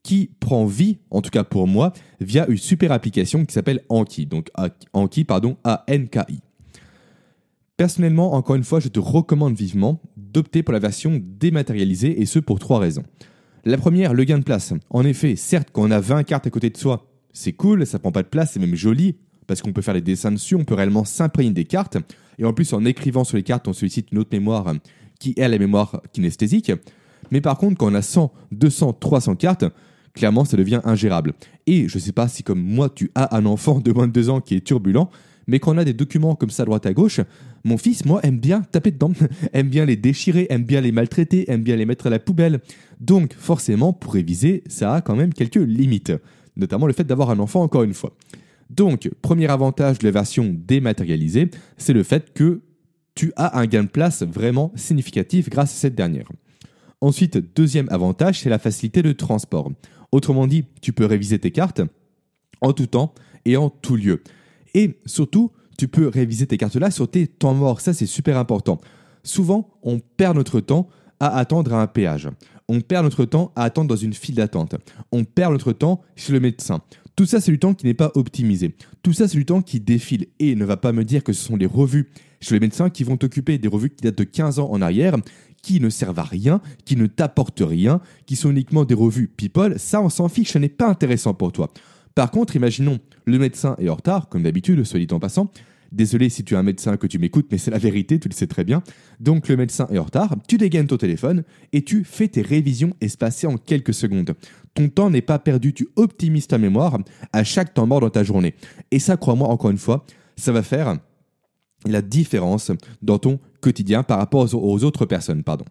qui prend vie, en tout cas pour moi, via une super application qui s'appelle Anki, donc Anki, pardon, A N K I. Personnellement, encore une fois, je te recommande vivement d'opter pour la version dématérialisée, et ce pour trois raisons. La première, le gain de place. En effet, certes, quand on a vingt cartes à côté de soi, c'est cool, ça prend pas de place, c'est même joli, parce qu'on peut faire des dessins dessus, on peut réellement s'imprégner des cartes, et en plus, en écrivant sur les cartes, on sollicite une autre mémoire qui est la mémoire kinesthésique. Mais par contre, quand on a cent, deux cents, trois cents cartes, clairement, ça devient ingérable. Et je ne sais pas si, comme moi, tu as un enfant de moins de deux ans qui est turbulent, mais quand on a des documents comme ça à droite à gauche, mon fils, moi, aime bien taper dedans, aime bien les déchirer, aime bien les maltraiter, aime bien les mettre à la poubelle. Donc, forcément, pour réviser, ça a quand même quelques limites, notamment le fait d'avoir un enfant, encore une fois. Donc, premier avantage de la version dématérialisée, c'est le fait que tu as un gain de place vraiment significatif grâce à cette dernière. Ensuite, deuxième avantage, c'est la facilité de transport. Autrement dit, tu peux réviser tes cartes en tout temps et en tout lieu. Et surtout, tu peux réviser tes cartes-là sur tes temps morts. Ça, c'est super important. Souvent, on perd notre temps à attendre à un péage. On perd notre temps à attendre dans une file d'attente. On perd notre temps chez le médecin. Tout ça, c'est du temps qui n'est pas optimisé. Tout ça, c'est du temps qui défile. Et ne va pas me dire que ce sont les revues chez les médecins qui vont t'occuper des revues qui datent de quinze ans en arrière, qui ne servent à rien, qui ne t'apportent rien, qui sont uniquement des revues people. Ça, on s'en fiche, ce n'est pas intéressant pour toi. Par contre, imaginons, le médecin est en retard, comme d'habitude, soit dit en passant. Désolé si tu es un médecin que tu m'écoutes, mais c'est la vérité, tu le sais très bien. Donc le médecin est en retard, tu dégaines ton téléphone et tu fais tes révisions espacées en quelques secondes. Ton temps n'est pas perdu, tu optimises ta mémoire à chaque temps mort dans ta journée. Et ça, crois-moi, encore une fois, ça va faire la différence dans ton quotidien par rapport aux autres personnes. Pardon.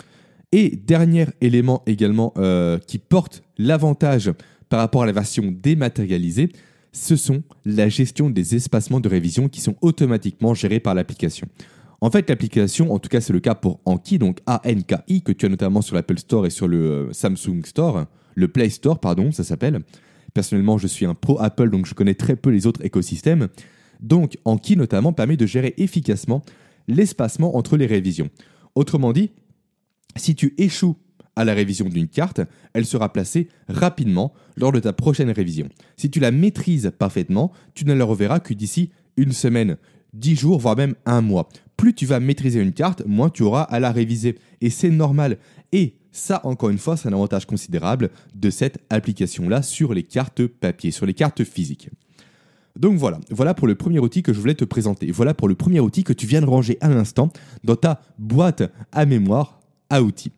Et dernier élément également euh, qui porte l'avantage par rapport à la version dématérialisée, ce sont la gestion des espacements de révision qui sont automatiquement gérés par l'application. En fait, l'application, en tout cas c'est le cas pour Anki, donc A N K I, que tu as notamment sur l'Apple Store et sur le euh, Samsung Store, le Play Store, pardon, ça s'appelle. Personnellement, je suis un pro Apple, donc je connais très peu les autres écosystèmes. Donc, Anki notamment permet de gérer efficacement l'espacement entre les révisions. Autrement dit, si tu échoues à la révision d'une carte, elle sera placée rapidement lors de ta prochaine révision. Si tu la maîtrises parfaitement, tu ne la reverras que d'ici une semaine, dix jours, voire même un mois. Plus tu vas maîtriser une carte, moins tu auras à la réviser. Et c'est normal. Et ça, encore une fois, c'est un avantage considérable de cette application-là sur les cartes papier, sur les cartes physiques. Donc voilà, voilà pour le premier outil que je voulais te présenter. Voilà pour le premier outil que tu viens de ranger à l'instant dans ta boîte à mémoire à outils.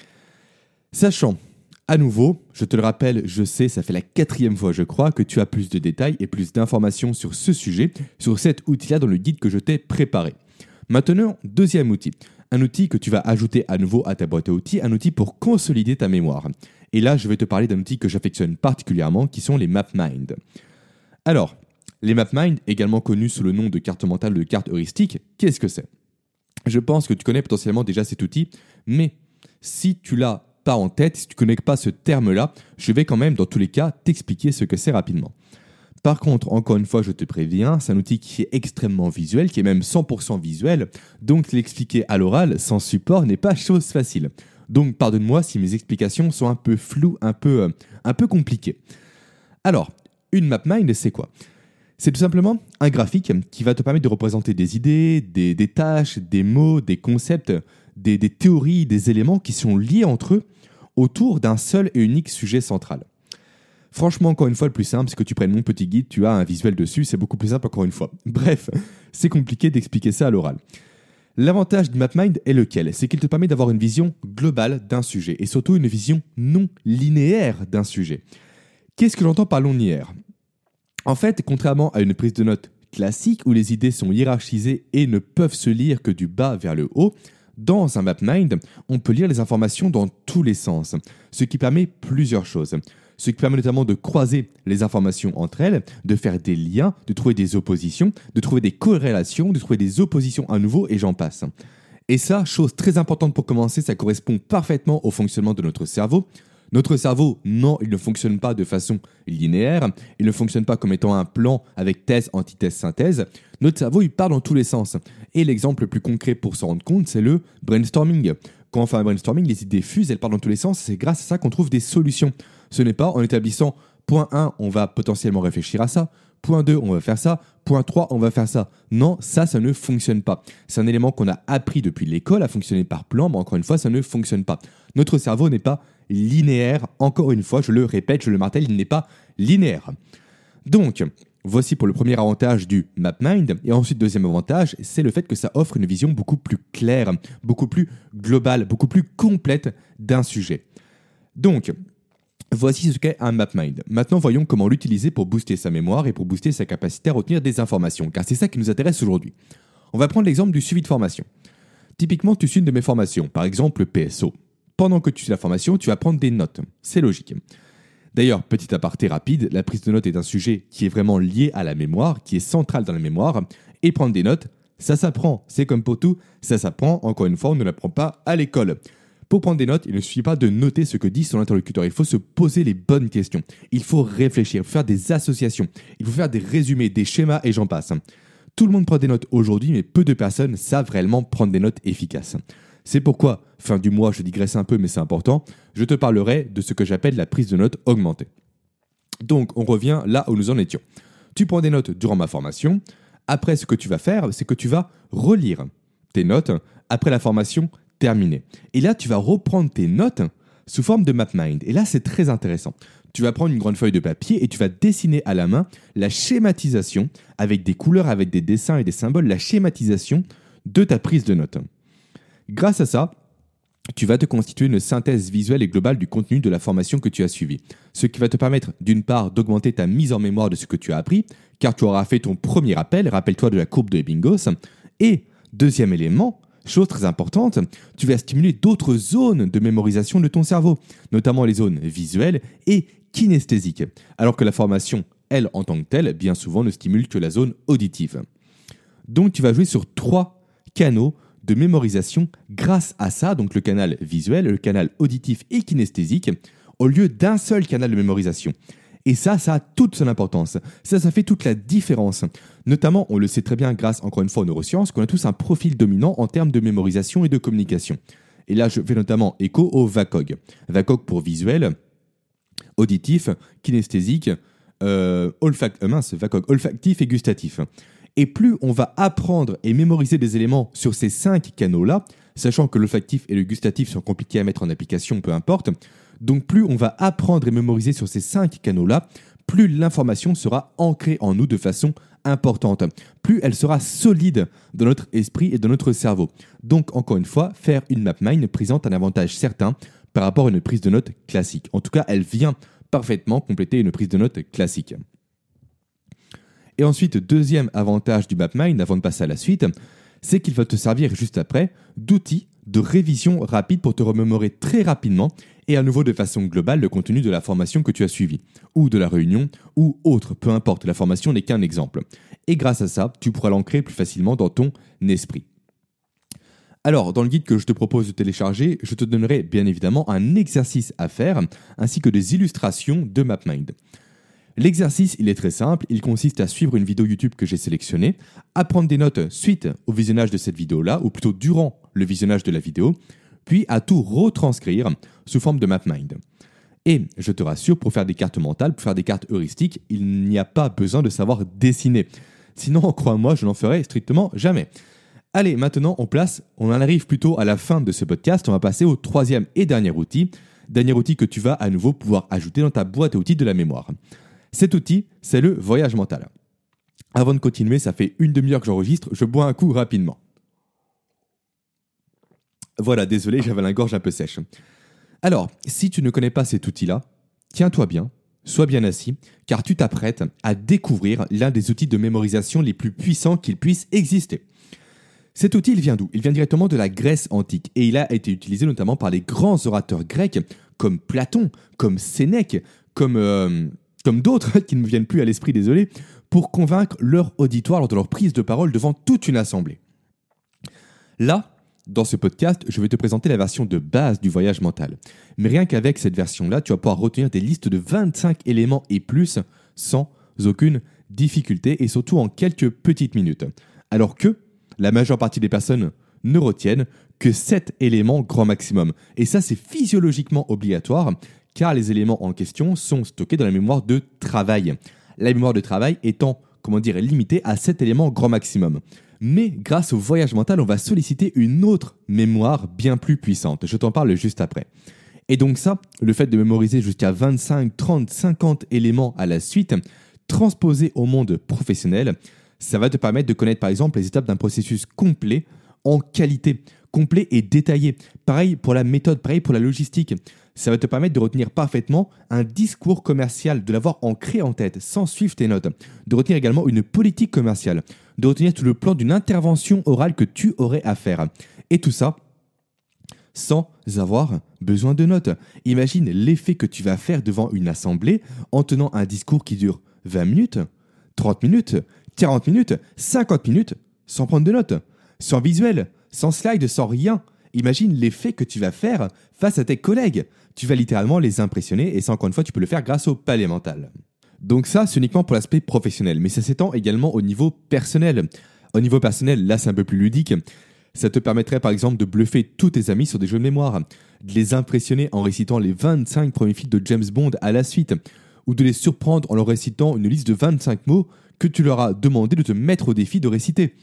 Sachant, à nouveau, je te le rappelle, je sais, ça fait la quatrième fois, je crois, que tu as plus de détails et plus d'informations sur ce sujet, sur cet outil-là dans le guide que je t'ai préparé. Maintenant, deuxième outil. Un outil que tu vas ajouter à nouveau à ta boîte à outils, un outil pour consolider ta mémoire. Et là, je vais te parler d'un outil que j'affectionne particulièrement, qui sont les MapMind. Alors, les MapMind, également connus sous le nom de carte mentale ou de carte heuristique, qu'est-ce que c'est ? Je pense que tu connais potentiellement déjà cet outil, mais si tu l'as pas en tête, si tu ne connais pas ce terme-là, je vais quand même, dans tous les cas, t'expliquer ce que c'est rapidement. Par contre, encore une fois, je te préviens, c'est un outil qui est extrêmement visuel, qui est même cent pour cent visuel, donc l'expliquer à l'oral, sans support, n'est pas chose facile. Donc, pardonne-moi si mes explications sont un peu floues, un peu, euh, un peu compliquées. Alors, une MapMind, c'est quoi ? C'est tout simplement un graphique qui va te permettre de représenter des idées, des, des tâches, des mots, des concepts, des, des théories, des éléments qui sont liés entre eux autour d'un seul et unique sujet central. Franchement, encore une fois, le plus simple, c'est que tu prennes mon petit guide, tu as un visuel dessus, c'est beaucoup plus simple encore une fois. Bref, c'est compliqué d'expliquer ça à l'oral. L'avantage de MapMind est lequel ? C'est qu'il te permet d'avoir une vision globale d'un sujet et surtout une vision non linéaire d'un sujet. Qu'est-ce que j'entends par non linéaire ? En fait, contrairement à une prise de notes classique où les idées sont hiérarchisées et ne peuvent se lire que du bas vers le haut, dans un MapMind, on peut lire les informations dans tous les sens, ce qui permet plusieurs choses. Ce qui permet notamment de croiser les informations entre elles, de faire des liens, de trouver des oppositions, de trouver des corrélations, de trouver des oppositions à nouveau, et j'en passe. Et ça, chose très importante pour commencer, ça correspond parfaitement au fonctionnement de notre cerveau. Notre cerveau, non, il ne fonctionne pas de façon linéaire, il ne fonctionne pas comme étant un plan avec thèse, antithèse, synthèse. Notre cerveau, il part dans tous les sens. Et l'exemple le plus concret pour s'en rendre compte, c'est le brainstorming. Quand on fait un brainstorming, les idées fusent, elles partent dans tous les sens, c'est grâce à ça qu'on trouve des solutions. Ce n'est pas en établissant point un, on va potentiellement réfléchir à ça, point deux, on va faire ça, point trois, on va faire ça. Non, ça, ça ne fonctionne pas. C'est un élément qu'on a appris depuis l'école à fonctionner par plan, mais encore une fois, ça ne fonctionne pas. Notre cerveau n'est pas linéaire, encore une fois, je le répète, je le martèle, il n'est pas linéaire. Donc, voici pour le premier avantage du MapMind. Et ensuite, deuxième avantage, c'est le fait que ça offre une vision beaucoup plus claire, beaucoup plus globale, beaucoup plus complète d'un sujet. Donc, voici ce qu'est un MapMind. Maintenant, voyons comment l'utiliser pour booster sa mémoire et pour booster sa capacité à retenir des informations, car c'est ça qui nous intéresse aujourd'hui. On va prendre l'exemple du suivi de formation. Typiquement, tu suis une de mes formations, par exemple le P S O. Pendant que tu suis la formation, tu vas prendre des notes. C'est logique. D'ailleurs, petit aparté rapide, la prise de notes est un sujet qui est vraiment lié à la mémoire, qui est central dans la mémoire, et prendre des notes, ça s'apprend. C'est comme pour tout, ça s'apprend. Encore une fois, on ne l'apprend pas à l'école. Pour prendre des notes, il ne suffit pas de noter ce que dit son interlocuteur. Il faut se poser les bonnes questions. Il faut réfléchir, il faut faire des associations. Il faut faire des résumés, des schémas et j'en passe. Tout le monde prend des notes aujourd'hui, mais peu de personnes savent réellement prendre des notes efficaces. C'est pourquoi, fin du mois, je digresse un peu, mais c'est important, je te parlerai de ce que j'appelle la prise de notes augmentée. Donc, on revient là où nous en étions. Tu prends des notes durant ma formation. Après, ce que tu vas faire, c'est que tu vas relire tes notes après la formation terminée. Et là, tu vas reprendre tes notes sous forme de MapMind. Et là, c'est très intéressant. Tu vas prendre une grande feuille de papier et tu vas dessiner à la main la schématisation, avec des couleurs, avec des dessins et des symboles, la schématisation de ta prise de notes. Grâce à ça, tu vas te constituer une synthèse visuelle et globale du contenu de la formation que tu as suivie. Ce qui va te permettre, d'une part, d'augmenter ta mise en mémoire de ce que tu as appris, car tu auras fait ton premier rappel, rappelle-toi de la courbe de Ebbinghaus. Et, deuxième élément, chose très importante, tu vas stimuler d'autres zones de mémorisation de ton cerveau, notamment les zones visuelles et kinesthésiques, alors que la formation, elle, en tant que telle, bien souvent ne stimule que la zone auditive. Donc, tu vas jouer sur trois canaux de mémorisation grâce à ça, donc le canal visuel, le canal auditif et kinesthésique, au lieu d'un seul canal de mémorisation. Et ça, ça a toute son importance. Ça, ça fait toute la différence. Notamment, on le sait très bien grâce, encore une fois, aux neurosciences, qu'on a tous un profil dominant en termes de mémorisation et de communication. Et là, je fais notamment écho au V A C O G. V A C O G pour visuel, auditif, kinesthésique, euh, olfac- euh, mince, V A C O G, olfactif et gustatif. Et plus on va apprendre et mémoriser des éléments sur ces cinq canaux-là, sachant que l'olfactif et le gustatif sont compliqués à mettre en application, peu importe, donc plus on va apprendre et mémoriser sur ces cinq canaux-là, plus l'information sera ancrée en nous de façon importante, plus elle sera solide dans notre esprit et dans notre cerveau. Donc encore une fois, faire une MapMind présente un avantage certain par rapport à une prise de notes classique. En tout cas, elle vient parfaitement compléter une prise de notes classique. Et ensuite, deuxième avantage du MapMind, avant de passer à la suite, c'est qu'il va te servir juste après d'outil de révision rapide pour te remémorer très rapidement et à nouveau de façon globale le contenu de la formation que tu as suivie, ou de la réunion, ou autre, peu importe, la formation n'est qu'un exemple. Et grâce à ça, tu pourras l'ancrer plus facilement dans ton esprit. Alors, dans le guide que je te propose de télécharger, je te donnerai bien évidemment un exercice à faire, ainsi que des illustrations de MapMind. L'exercice, il est très simple, il consiste à suivre une vidéo YouTube que j'ai sélectionnée, à prendre des notes suite au visionnage de cette vidéo-là, ou plutôt durant le visionnage de la vidéo, puis à tout retranscrire sous forme de MapMind. Et je te rassure, pour faire des cartes mentales, pour faire des cartes heuristiques, il n'y a pas besoin de savoir dessiner. Sinon, crois-moi, je n'en ferai strictement jamais. Allez, maintenant, on place, on en arrive plutôt à la fin de ce podcast, on va passer au troisième et dernier outil, dernier outil que tu vas à nouveau pouvoir ajouter dans ta boîte à outils de la mémoire. Cet outil, c'est le voyage mental. Avant de continuer, ça fait une demi-heure que j'enregistre, je bois un coup rapidement. Voilà, désolé, j'avais la gorge un peu sèche. Alors, si tu ne connais pas cet outil-là, tiens-toi bien, sois bien assis, car tu t'apprêtes à découvrir l'un des outils de mémorisation les plus puissants qu'il puisse exister. Cet outil, il vient d'où ? Il vient directement de la Grèce antique, et il a été utilisé notamment par les grands orateurs grecs, comme Platon, comme Sénèque, comme... Euh, comme d'autres qui ne me viennent plus à l'esprit, désolé, pour convaincre leur auditoire lors de leur prise de parole devant toute une assemblée. Là, dans ce podcast, je vais te présenter la version de base du voyage mental. Mais rien qu'avec cette version-là, tu vas pouvoir retenir des listes de vingt-cinq éléments et plus sans aucune difficulté et surtout en quelques petites minutes. Alors que la majeure partie des personnes ne retiennent que sept éléments grand maximum. Et ça, c'est physiologiquement obligatoire, car les éléments en question sont stockés dans la mémoire de travail. La mémoire de travail étant, comment dire, limitée à sept éléments grand maximum. Mais grâce au voyage mental, on va solliciter une autre mémoire bien plus puissante. Je t'en parle juste après. Et donc ça, le fait de mémoriser jusqu'à vingt-cinq, trente, cinquante éléments à la suite, transposés au monde professionnel, ça va te permettre de connaître par exemple les étapes d'un processus complet en qualité, complet et détaillé. Pareil pour la méthode, pareil pour la logistique. Ça va te permettre de retenir parfaitement un discours commercial, de l'avoir ancré en tête sans suivre tes notes, de retenir également une politique commerciale, de retenir tout le plan d'une intervention orale que tu aurais à faire. Et tout ça sans avoir besoin de notes. Imagine l'effet que tu vas faire devant une assemblée en tenant un discours qui dure vingt minutes, trente minutes, quarante minutes, cinquante minutes, sans prendre de notes, sans visuel, sans slide, sans rien. Imagine l'effet que tu vas faire face à tes collègues. Tu vas littéralement les impressionner et ça, encore une fois, tu peux le faire grâce au palais mental. Donc ça, c'est uniquement pour l'aspect professionnel, mais ça s'étend également au niveau personnel. Au niveau personnel, là, c'est un peu plus ludique. Ça te permettrait par exemple de bluffer tous tes amis sur des jeux de mémoire, de les impressionner en récitant les vingt-cinq premiers films de James Bond à la suite, ou de les surprendre en leur récitant une liste de vingt-cinq mots que tu leur as demandé de te mettre au défi de réciter.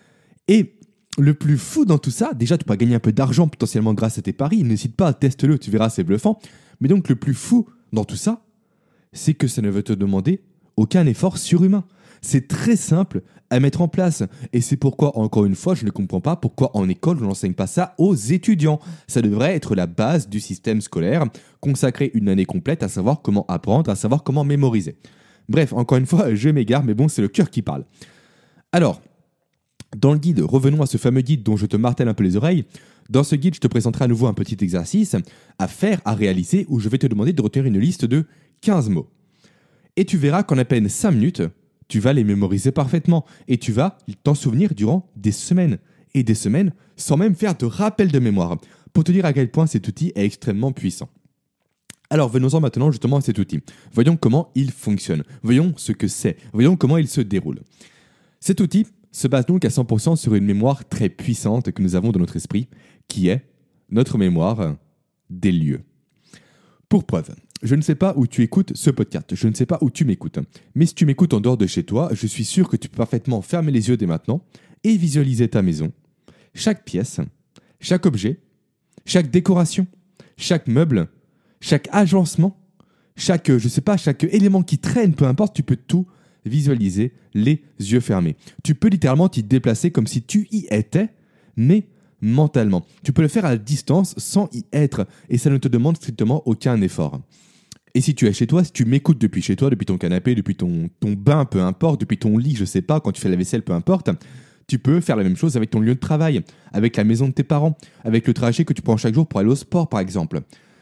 Et le plus fou dans tout ça, déjà tu pourras gagner un peu d'argent potentiellement grâce à tes paris, n'hésite pas à tester-le, tu verras, c'est bluffant. Mais donc le plus fou dans tout ça, c'est que ça ne veut te demander aucun effort surhumain. C'est très simple à mettre en place. Et c'est pourquoi, encore une fois, je ne comprends pas pourquoi en école, on n'enseigne pas ça aux étudiants. Ça devrait être la base du système scolaire, consacrer une année complète à savoir comment apprendre, à savoir comment mémoriser. Bref, encore une fois, je m'égare, mais bon, c'est le cœur qui parle. Alors, dans le guide, revenons à ce fameux guide dont je te martèle un peu les oreilles. Dans ce guide, je te présenterai à nouveau un petit exercice à faire, à réaliser, où je vais te demander de retenir une liste de quinze mots. Et tu verras qu'en à peine cinq minutes, tu vas les mémoriser parfaitement et tu vas t'en souvenir durant des semaines et des semaines sans même faire de rappel de mémoire pour te dire à quel point cet outil est extrêmement puissant. Alors venons-en maintenant justement à cet outil. Voyons comment il fonctionne. Voyons ce que c'est. Voyons comment il se déroule. Cet outil se base donc à cent pour cent sur une mémoire très puissante que nous avons dans notre esprit qui est notre mémoire des lieux. Pour preuve, je ne sais pas où tu écoutes ce podcast, je ne sais pas où tu m'écoutes, mais si tu m'écoutes en dehors de chez toi, je suis sûr que tu peux parfaitement fermer les yeux dès maintenant et visualiser ta maison, chaque pièce, chaque objet, chaque décoration, chaque meuble, chaque agencement, chaque, je sais pas, chaque élément qui traîne, peu importe, tu peux tout visualiser les yeux fermés. Tu peux littéralement t'y déplacer comme si tu y étais, mais mentalement. Tu peux le faire à distance sans y être et ça ne te demande strictement aucun effort. Et si tu es chez toi, si tu m'écoutes depuis chez toi, depuis ton canapé, depuis ton, ton bain, peu importe, depuis ton lit, je sais pas, quand tu fais la vaisselle, peu importe, tu peux faire la même chose avec ton lieu de travail, avec la maison de tes parents, avec le trajet que tu prends chaque jour pour aller au sport par exemple.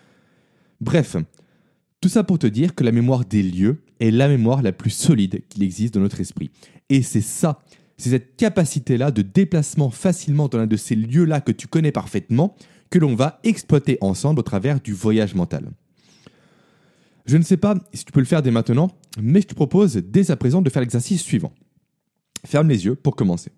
Bref, tout ça pour te dire que la mémoire des lieux est la mémoire la plus solide qu'il existe dans notre esprit. Et c'est ça, c'est cette capacité-là de déplacement facilement dans l'un de ces lieux-là que tu connais parfaitement que l'on va exploiter ensemble au travers du voyage mental. Je ne sais pas si tu peux le faire dès maintenant, mais je te propose dès à présent de faire l'exercice suivant. Ferme les yeux pour commencer.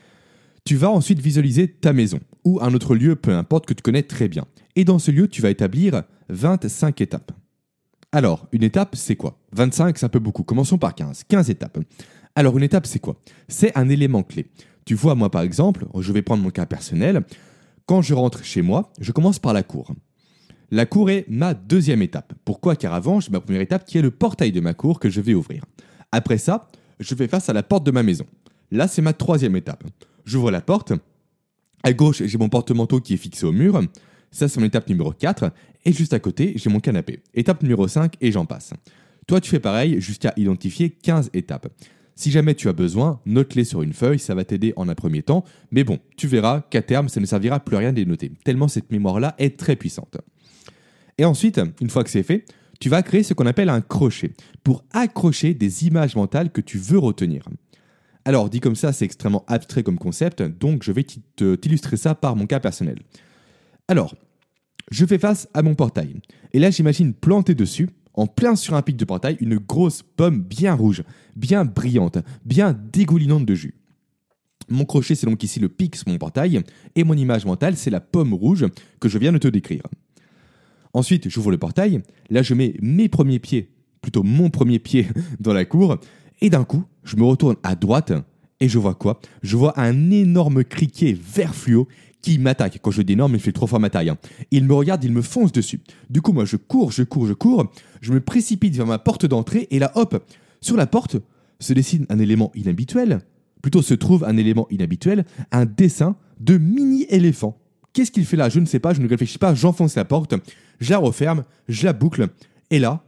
Tu vas ensuite visualiser ta maison ou un autre lieu, peu importe, que tu connais très bien. Et dans ce lieu, tu vas établir vingt-cinq étapes. Alors, une étape, c'est quoi ? vingt-cinq, c'est un peu beaucoup. Commençons par quinze. quinze étapes. Alors, une étape, c'est quoi ? C'est un élément clé. Tu vois, moi, par exemple, je vais prendre mon cas personnel. Quand je rentre chez moi, je commence par la cour. La cour est ma deuxième étape. Pourquoi ? Car avant, j'ai ma première étape qui est le portail de ma cour que je vais ouvrir. Après ça, je fais face à la porte de ma maison. Là, c'est ma troisième étape. J'ouvre la porte. À gauche, j'ai mon porte-manteau qui est fixé au mur. Ça, c'est mon étape numéro quatre. Et juste à côté, j'ai mon canapé. Étape numéro cinq et j'en passe. Toi, tu fais pareil jusqu'à identifier quinze étapes. Si jamais tu as besoin, note-les sur une feuille, ça va t'aider en un premier temps. Mais bon, tu verras qu'à terme, ça ne servira plus à rien de les noter, tellement cette mémoire-là est très puissante. Et ensuite, une fois que c'est fait, tu vas créer ce qu'on appelle un crochet pour accrocher des images mentales que tu veux retenir. Alors, dit comme ça, c'est extrêmement abstrait comme concept, donc je vais t'illustrer ça par mon cas personnel. Alors, je fais face à mon portail. Et là, j'imagine planter dessus, en plein sur un pic de portail, une grosse pomme bien rouge, bien brillante, bien dégoulinante de jus. Mon crochet, c'est donc ici le pic sur mon portail, et mon image mentale, c'est la pomme rouge que je viens de te décrire. Ensuite, j'ouvre le portail, là je mets mes premiers pieds, plutôt mon premier pied dans la cour, et d'un coup, je me retourne à droite, et je vois quoi ? Je vois un énorme criquet vert fluo qui m'attaque. Quand je dis énorme, il fait trois fois ma taille. Hein. Il me regarde, il me fonce dessus. Du coup, moi, je cours, je cours, je cours, je me précipite vers ma porte d'entrée, et là, hop, sur la porte, se dessine un élément inhabituel, plutôt se trouve un élément inhabituel, un dessin de mini-éléphant. Qu'est-ce qu'il fait là ? Je ne sais pas, je ne réfléchis pas, j'enfonce la porte, je la referme, je la boucle, et là,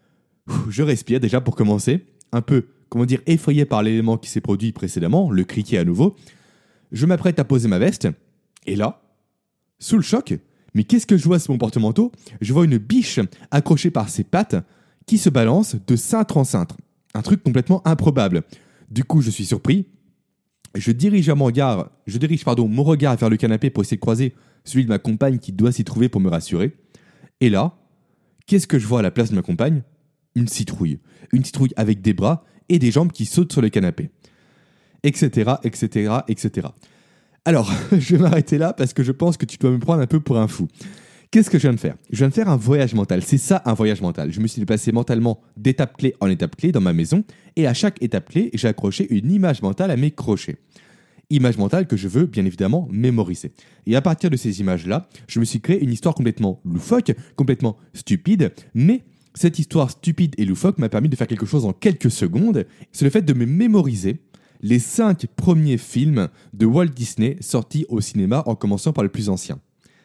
je respire déjà pour commencer, un peu, comment dire, effrayé par l'élément qui s'est produit précédemment, le criquet à nouveau. Je m'apprête à poser ma veste, et là, sous le choc, mais qu'est-ce que je vois sur mon porte-manteau ? Je vois une biche accrochée par ses pattes qui se balance de cintre en cintre. Un truc complètement improbable. Du coup, je suis surpris. Je dirige, à mon, regard, je dirige pardon, mon regard vers le canapé pour essayer de croiser celui de ma compagne qui doit s'y trouver pour me rassurer. Et là, qu'est-ce que je vois à la place de ma compagne ? Une citrouille. Une citrouille avec des bras et des jambes qui sautent sur le canapé. Etc, etc, et cetera. Alors, je vais m'arrêter là parce que je pense que tu dois me prendre un peu pour un fou. Qu'est-ce que je viens de faire ? Je viens de faire un voyage mental. C'est ça, un voyage mental. Je me suis déplacé mentalement d'étape clé en étape clé dans ma maison et à chaque étape clé, j'ai accroché une image mentale à mes crochets. Image mentale que je veux, bien évidemment, mémoriser. Et à partir de ces images-là, je me suis créé une histoire complètement loufoque, complètement stupide, mais cette histoire stupide et loufoque m'a permis de faire quelque chose en quelques secondes. C'est le fait de me mémoriser les cinq premiers films de Walt Disney sortis au cinéma en commençant par le plus ancien.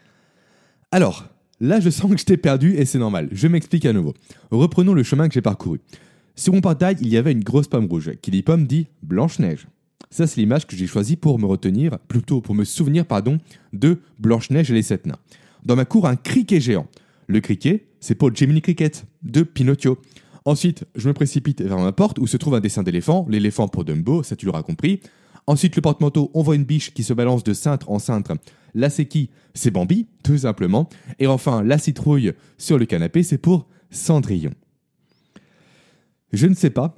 Alors, là je sens que je t'ai perdu et c'est normal, je m'explique à nouveau. Reprenons le chemin que j'ai parcouru. Sur mon portail, il y avait une grosse pomme rouge. Qui dit pomme dit Blanche-Neige. Ça c'est l'image que j'ai choisie pour me retenir, plutôt pour me souvenir pardon, de Blanche-Neige et les sept nains. Dans ma cour, un criquet géant. Le criquet, c'est pour Jiminy Cricket, de Pinocchio. Ensuite, je me précipite vers ma porte où se trouve un dessin d'éléphant, l'éléphant pour Dumbo, ça tu l'auras compris. Ensuite, le porte-manteau, on voit une biche qui se balance de cintre en cintre. Là, c'est qui ? C'est Bambi, tout simplement. Et enfin, la citrouille sur le canapé, c'est pour Cendrillon. Je ne sais pas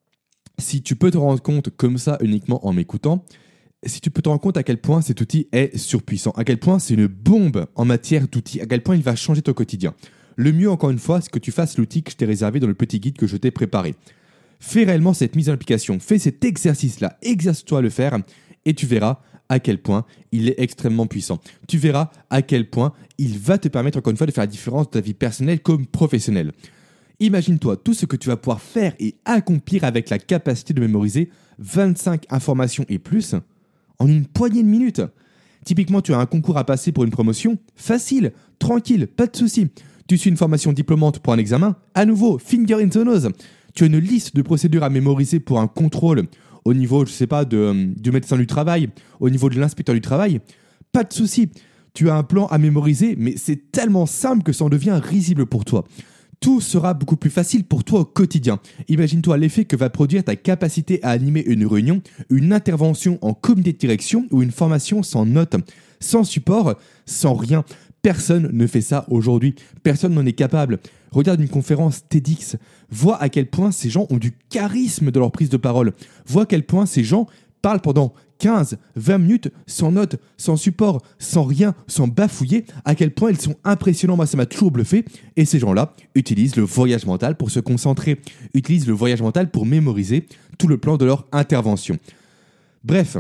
si tu peux te rendre compte comme ça uniquement en m'écoutant, si tu peux te rendre compte à quel point cet outil est surpuissant, à quel point c'est une bombe en matière d'outils, à quel point il va changer ton quotidien. Le mieux, encore une fois, c'est que tu fasses l'outil que je t'ai réservé dans le petit guide que je t'ai préparé. Fais réellement cette mise en application, fais cet exercice-là, exerce-toi à le faire et tu verras à quel point il est extrêmement puissant. Tu verras à quel point il va te permettre encore une fois de faire la différence de ta vie personnelle comme professionnelle. Imagine-toi tout ce que tu vas pouvoir faire et accomplir avec la capacité de mémoriser vingt-cinq informations et plus en une poignée de minutes. Typiquement, tu as un concours à passer pour une promotion, facile, tranquille, pas de souci. Tu suis une formation diplômante pour un examen, à nouveau, finger in the nose. Tu as une liste de procédures à mémoriser pour un contrôle au niveau, je sais pas, de, euh, du médecin du travail, au niveau de l'inspecteur du travail. Pas de souci. Tu as un plan à mémoriser, mais c'est tellement simple que ça en devient risible pour toi. Tout sera beaucoup plus facile pour toi au quotidien. Imagine-toi l'effet que va produire ta capacité à animer une réunion, une intervention en comité de direction ou une formation sans notes, sans support, sans rien. Personne ne fait ça aujourd'hui. Personne n'en est capable. Regarde une conférence TEDx. Vois à quel point ces gens ont du charisme dans leur prise de parole. Vois à quel point ces gens parlent pendant quinze, vingt minutes sans notes, sans support, sans rien, sans bafouiller. À quel point ils sont impressionnants. Moi, ça m'a toujours bluffé. Et ces gens-là utilisent le voyage mental pour se concentrer. Utilisent le voyage mental pour mémoriser tout le plan de leur intervention. Bref,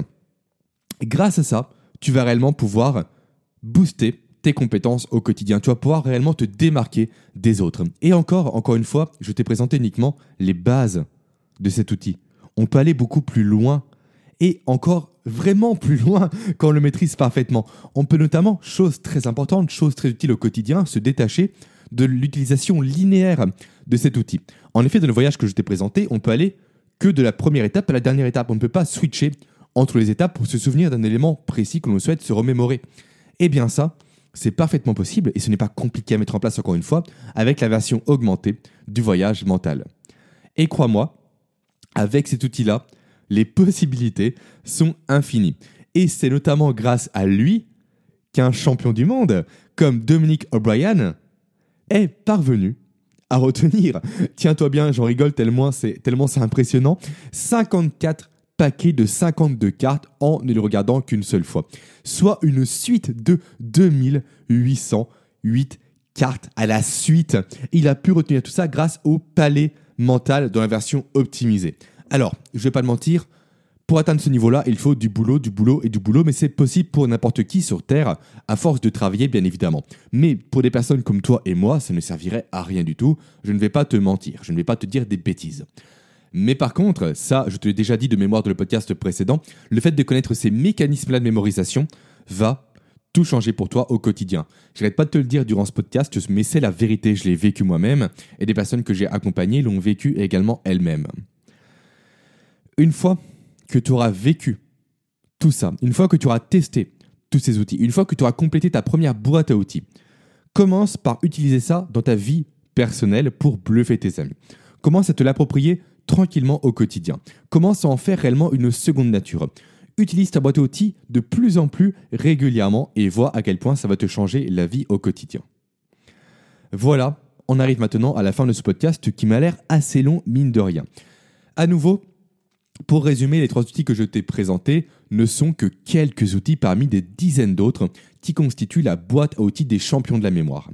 grâce à ça, tu vas réellement pouvoir booster tes compétences au quotidien. Tu vas pouvoir réellement te démarquer des autres. Et encore, encore une fois, je t'ai présenté uniquement les bases de cet outil. On peut aller beaucoup plus loin et encore vraiment plus loin quand on le maîtrise parfaitement. On peut notamment, chose très importante, chose très utile au quotidien, se détacher de l'utilisation linéaire de cet outil. En effet, dans le voyage que je t'ai présenté, on peut aller que de la première étape à la dernière étape. On ne peut pas switcher entre les étapes pour se souvenir d'un élément précis que l'on souhaite se remémorer. Eh bien ça, c'est parfaitement possible et ce n'est pas compliqué à mettre en place encore une fois avec la version augmentée du voyage mental. Et crois-moi, avec cet outil-là, les possibilités sont infinies. Et c'est notamment grâce à lui qu'un champion du monde comme Dominic O'Brien est parvenu à retenir, tiens-toi bien, j'en rigole tellement c'est, tellement c'est impressionnant, cinquante-quatre paquet de cinquante-deux cartes en ne les regardant qu'une seule fois. Soit une suite de deux mille huit cent huit cartes à la suite. Il a pu retenir tout ça grâce au palais mental dans la version optimisée. Alors, je ne vais pas te mentir, pour atteindre ce niveau-là, il faut du boulot, du boulot et du boulot, mais c'est possible pour n'importe qui sur Terre, à force de travailler bien évidemment. Mais pour des personnes comme toi et moi, ça ne servirait à rien du tout. Je ne vais pas te mentir, je ne vais pas te dire des bêtises. Mais par contre, ça, je te l'ai déjà dit de mémoire dans le podcast précédent, le fait de connaître ces mécanismes-là de mémorisation va tout changer pour toi au quotidien. Je n'arrête pas de te le dire durant ce podcast, mais c'est la vérité, je l'ai vécu moi-même, et des personnes que j'ai accompagnées l'ont vécu également elles-mêmes. Une fois que tu auras vécu tout ça, une fois que tu auras testé tous ces outils, une fois que tu auras complété ta première boîte à outils, commence par utiliser ça dans ta vie personnelle pour bluffer tes amis. Commence à te l'approprier tranquillement au quotidien. Commence à en faire réellement une seconde nature. Utilise ta boîte à outils de plus en plus régulièrement et vois à quel point ça va te changer la vie au quotidien. Voilà, on arrive maintenant à la fin de ce podcast qui m'a l'air assez long, mine de rien. À nouveau, pour résumer, les trois outils que je t'ai présentés ne sont que quelques outils parmi des dizaines d'autres qui constituent la boîte à outils des champions de la mémoire.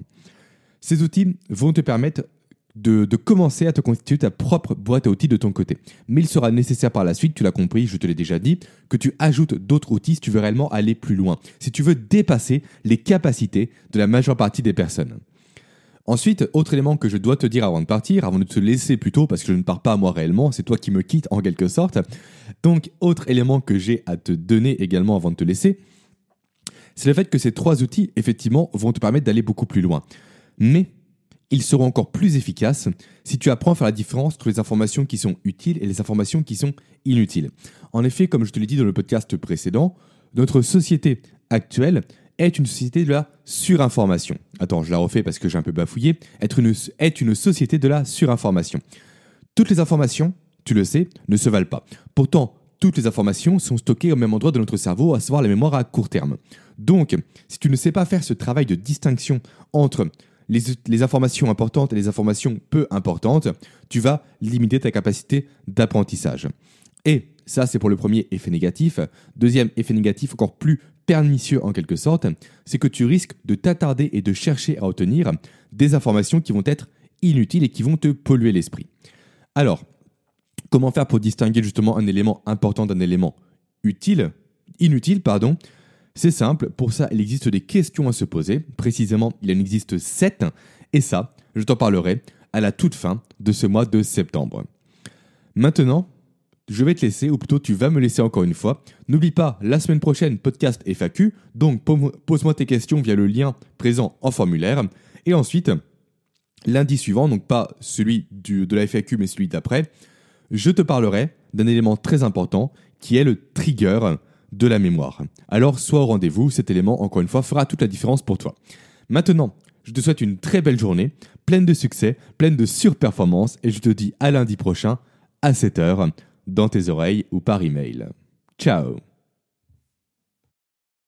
Ces outils vont te permettre de, de commencer à te constituer ta propre boîte à outils de ton côté. Mais il sera nécessaire par la suite, tu l'as compris, je te l'ai déjà dit, que tu ajoutes d'autres outils si tu veux réellement aller plus loin, si tu veux dépasser les capacités de la majeure partie des personnes. Ensuite, autre élément que je dois te dire avant de partir, avant de te laisser plutôt, parce que je ne pars pas à moi réellement, c'est toi qui me quittes en quelque sorte. Donc, autre élément que j'ai à te donner également avant de te laisser, c'est le fait que ces trois outils, effectivement, vont te permettre d'aller beaucoup plus loin. Mais ils seront encore plus efficaces si tu apprends à faire la différence entre les informations qui sont utiles et les informations qui sont inutiles. En effet, comme je te l'ai dit dans le podcast précédent, notre société actuelle est une société de la surinformation. Attends, je la refais parce que j'ai un peu bafouillé. Être une, est une société de la surinformation. Toutes les informations, tu le sais, ne se valent pas. Pourtant, toutes les informations sont stockées au même endroit de notre cerveau, à savoir la mémoire à court terme. Donc, si tu ne sais pas faire ce travail de distinction entre les, les informations importantes et les informations peu importantes, tu vas limiter ta capacité d'apprentissage. Et ça, c'est pour le premier effet négatif. Deuxième effet négatif, encore plus pernicieux en quelque sorte, c'est que tu risques de t'attarder et de chercher à obtenir des informations qui vont être inutiles et qui vont te polluer l'esprit. Alors, comment faire pour distinguer justement un élément important d'un élément utile, inutile, pardon ? C'est simple, pour ça, il existe des questions à se poser. Précisément, il en existe sept, et ça, je t'en parlerai à la toute fin de ce mois de septembre. Maintenant, je vais te laisser, ou plutôt tu vas me laisser encore une fois. N'oublie pas, la semaine prochaine, podcast F A Q, donc pose-moi tes questions via le lien présent en formulaire. Et ensuite, lundi suivant, donc pas celui du, de la F A Q, mais celui d'après, je te parlerai d'un élément très important qui est le trigger de la mémoire. Alors, sois au rendez-vous, cet élément, encore une fois, fera toute la différence pour toi. Maintenant, je te souhaite une très belle journée, pleine de succès, pleine de surperformance, et je te dis à lundi prochain, à sept heures, dans tes oreilles ou par email. Ciao!